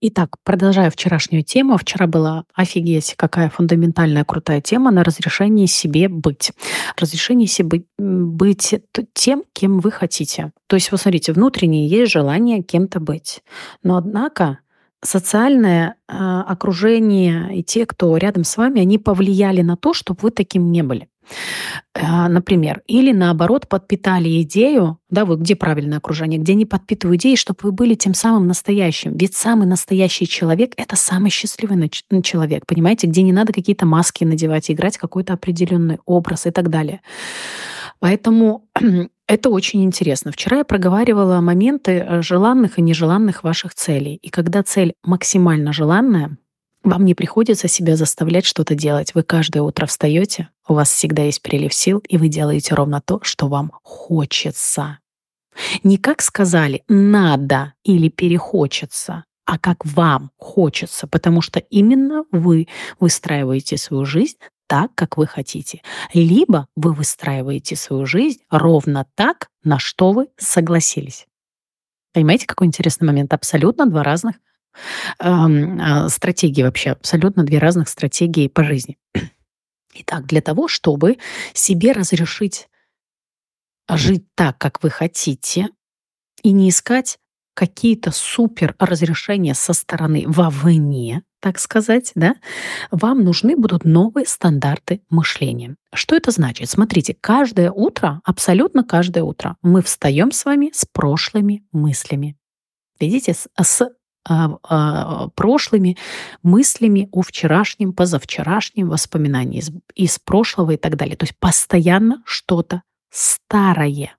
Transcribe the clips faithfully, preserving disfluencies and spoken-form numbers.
Итак, продолжая вчерашнюю тему. Вчера была офигеть какая фундаментальная крутая тема на разрешение себе быть. Разрешение себе быть тем, кем вы хотите. То есть, вот смотрите, внутреннее есть желание кем-то быть. Но однако социальное э, окружение и те, кто рядом с вами, они повлияли на то, чтобы вы таким не были. А, Например, или наоборот подпитали идею, да, вот где правильное окружение, где не подпитываю идеи, чтобы вы были тем самым настоящим. Ведь самый настоящий человек — это самый счастливый нач- м, человек, понимаете, где не надо какие-то маски надевать, играть какой-то определенный образ и так далее. Поэтому это очень интересно. Вчера я проговаривала моменты э, желанных и нежеланных ваших целей. И когда цель максимально желанная, вам не приходится себя заставлять что-то делать. Вы каждое утро встаете, у вас всегда есть прилив сил, и вы делаете ровно то, что вам хочется. Не как сказали «надо» или «перехочется», а как вам хочется, потому что именно вы выстраиваете свою жизнь так, как вы хотите. Либо вы выстраиваете свою жизнь ровно так, на что вы согласились. Понимаете, какой интересный момент? Абсолютно два разных ам, а, стратегии вообще, абсолютно две разных стратегии по жизни. Итак, для того, чтобы себе разрешить жить так, как вы хотите, и не искать какие-то супер разрешения со стороны вовне, так сказать, да, вам нужны будут новые стандарты мышления. Что это значит? Смотрите, каждое утро, абсолютно каждое утро мы встаем с вами с прошлыми мыслями. Видите, с, с а, а, прошлыми мыслями о вчерашнем, позавчерашнем, воспоминании из, из прошлого и так далее. То есть постоянно что-то старое.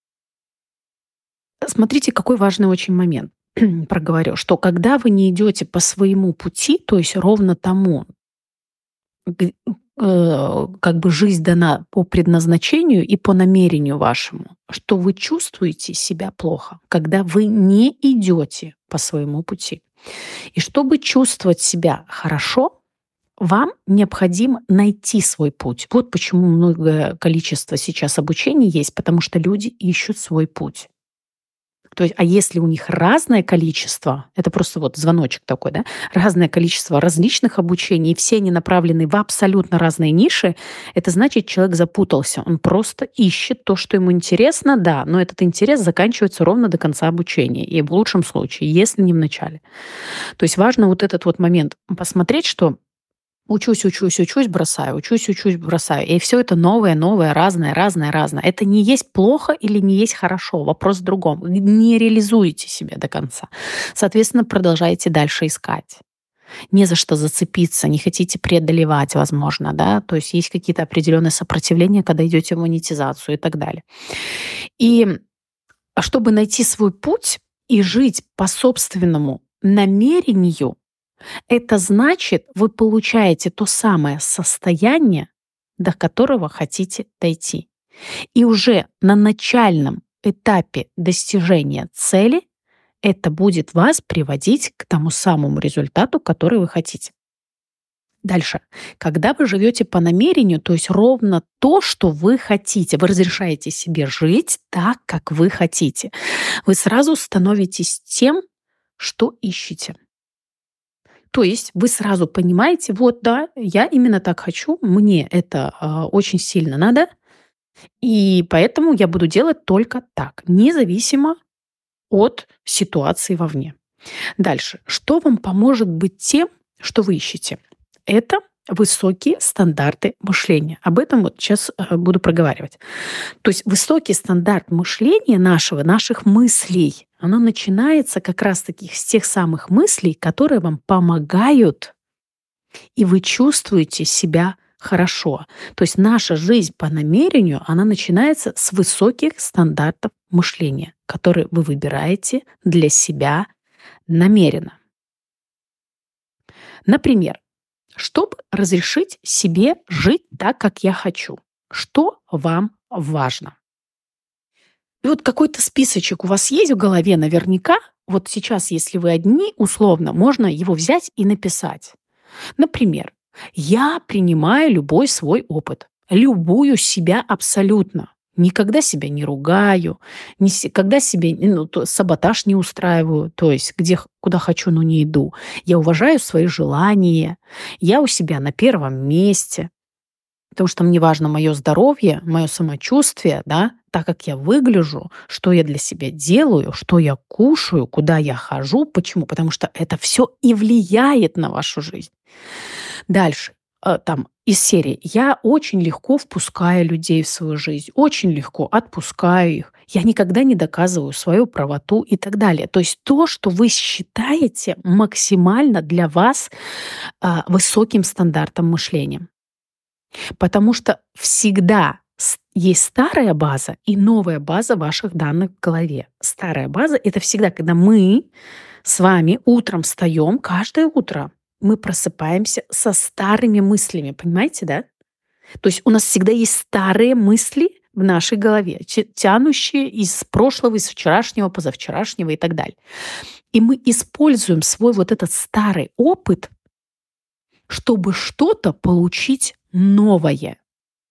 Смотрите, какой важный очень момент проговорю, что когда вы не идете по своему пути, то есть ровно тому, г- э, как бы жизнь дана по предназначению и по намерению вашему, что вы чувствуете себя плохо, когда вы не идете по своему пути. И чтобы чувствовать себя хорошо, вам необходимо найти свой путь. Вот почему многое количество сейчас обучений есть, потому что люди ищут свой путь. То есть, а если у них разное количество, это просто вот звоночек такой, да, разное количество различных обучений, и все они направлены в абсолютно разные ниши, это значит, человек запутался. Он просто ищет то, что ему интересно, да, но этот интерес заканчивается ровно до конца обучения. И в лучшем случае, если не в начале. То есть важно вот этот вот момент посмотреть, что учусь, учусь, учусь, бросаю, учусь, учусь, бросаю. И все это новое, новое, разное, разное, разное. Это не есть плохо или не есть хорошо. Вопрос в другом. Вы не реализуете себя до конца. Соответственно, продолжаете дальше искать. Не за что зацепиться, не хотите преодолевать, возможно, да, то есть есть какие-то определенные сопротивления, когда идете в монетизацию и так далее. И чтобы найти свой путь и жить по собственному намерению, это значит, вы получаете то самое состояние, до которого хотите дойти. И уже на начальном этапе достижения цели это будет вас приводить к тому самому результату, который вы хотите. Дальше. Когда вы живете по намерению, то есть ровно то, что вы хотите, вы разрешаете себе жить так, как вы хотите, вы сразу становитесь тем, что ищете. То есть вы сразу понимаете, вот да, я именно так хочу, мне это а, очень сильно надо, и поэтому я буду делать только так, независимо от ситуации вовне. Дальше. Что вам поможет быть тем, что вы ищете? Это высокие стандарты мышления. Об этом вот сейчас э, буду проговаривать. То есть высокий стандарт мышления нашего, наших мыслей, оно начинается как раз-таки с тех самых мыслей, которые вам помогают, и вы чувствуете себя хорошо. То есть наша жизнь по намерению, она начинается с высоких стандартов мышления, которые вы выбираете для себя намеренно. Например, чтобы разрешить себе жить так, как я хочу, что вам важно? И вот какой-то списочек у вас есть в голове наверняка. Вот сейчас, если вы одни, условно, можно его взять и написать. Например, я принимаю любой свой опыт, любую себя абсолютно. Никогда себя не ругаю, не се когда себе, ну, то саботаж не устраиваю, то есть где х куда хочу, но не иду. Я уважаю свои желания, я у себя на первом месте, потому что мне важно мое здоровье, мое самочувствие, да, так как я выгляжу, что я для себя делаю, что я кушаю, куда я хожу. Почему? Потому что это все и влияет на вашу жизнь. Дальше, э, там из серии: я очень легко впускаю людей в свою жизнь, очень легко отпускаю их. Я никогда не доказываю свою правоту и так далее. То есть то, что вы считаете максимально для вас, а, высоким стандартом мышления. Потому что всегда с есть старая база и новая база ваших данных в голове. Старая база — это всегда, когда мы с вами утром встаем, каждое утро мы просыпаемся со старыми мыслями, понимаете, да? То есть у нас всегда есть старые мысли в нашей голове, те тянущие из прошлого, из вчерашнего, позавчерашнего и так далее. И мы используем свой вот этот старый опыт, чтобы что-то получить новое.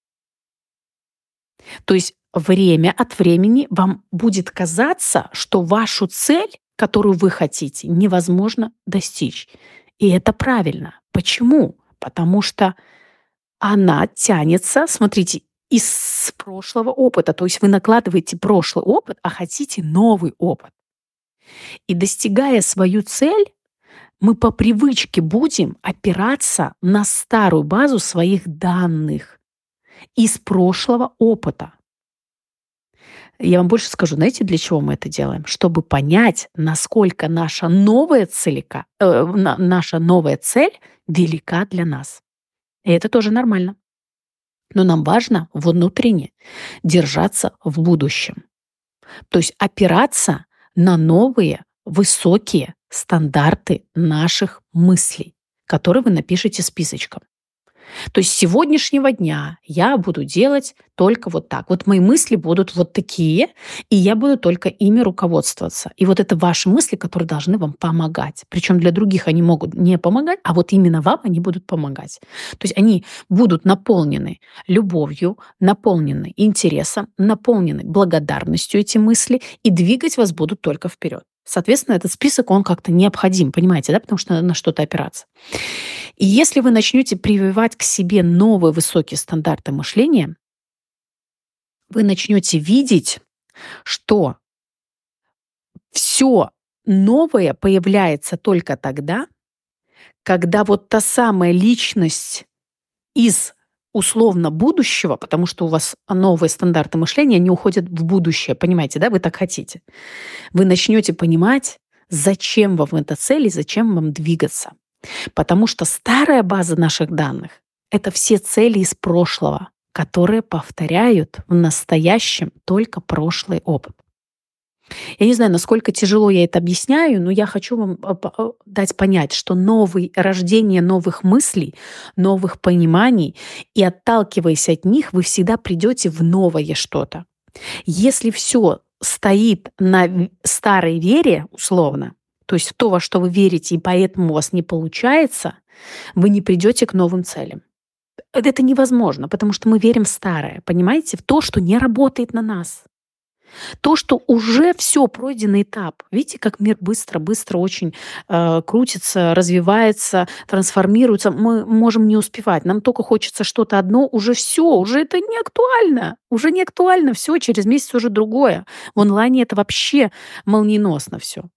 То есть время от времени вам будет казаться, что вашу цель, которую вы хотите, невозможно достичь. И это правильно. Почему? Потому что она тянется, смотрите, из прошлого опыта. То есть вы накладываете прошлый опыт, а хотите новый опыт. И достигая свою цель, мы по привычке будем опираться на старую базу своих данных из прошлого опыта. Я вам больше скажу, знаете, для чего мы это делаем? Чтобы понять, насколько наша новая, целика, э, на- наша новая цель велика для нас. И это тоже нормально. Но нам важно внутренне держаться в будущем. То есть опираться на новые высокие стандарты наших мыслей, которые вы напишете списочком. То есть с сегодняшнего дня я буду делать только вот так. Вот мои мысли будут вот такие, и я буду только ими руководствоваться. И вот это ваши мысли, которые должны вам помогать. Причем для других они могут не помогать, а вот именно вам они будут помогать. То есть они будут наполнены любовью, наполнены интересом, наполнены благодарностью эти мысли, и двигать вас будут только вперед. Соответственно, этот список, он как-то необходим, понимаете, да, потому что надо на что-то опираться. И если вы начнете прививать к себе новые высокие стандарты мышления, вы начнете видеть, что все новое появляется только тогда, когда вот та самая личность из условно будущего, потому что у вас новые стандарты мышления, они уходят в будущее, понимаете, да, вы так хотите. Вы начнете понимать, зачем вам эта цель и зачем вам двигаться. Потому что старая база наших данных — это все цели из прошлого, которые повторяют в настоящем только прошлый опыт. Я не знаю, насколько тяжело я это объясняю, но я хочу вам а, по- а, дать понять, что новый, рождение новых мыслей, новых пониманий, и отталкиваясь от них, вы всегда придете в новое что-то. Если все стоит на в- старой вере, условно, то есть в то, во что вы верите, и поэтому у вас не получается, вы не придете к новым целям. Э, Это невозможно, потому что мы верим в старое, понимаете, в то, что не работает на нас. То, что уже все пройденный этап. Видите, как мир быстро-быстро очень э, крутится, развивается, трансформируется. Мы можем не успевать. Нам только хочется что-то одно, уже все, уже это не актуально. Уже не актуально все, через месяц уже другое. В онлайне это вообще молниеносно все.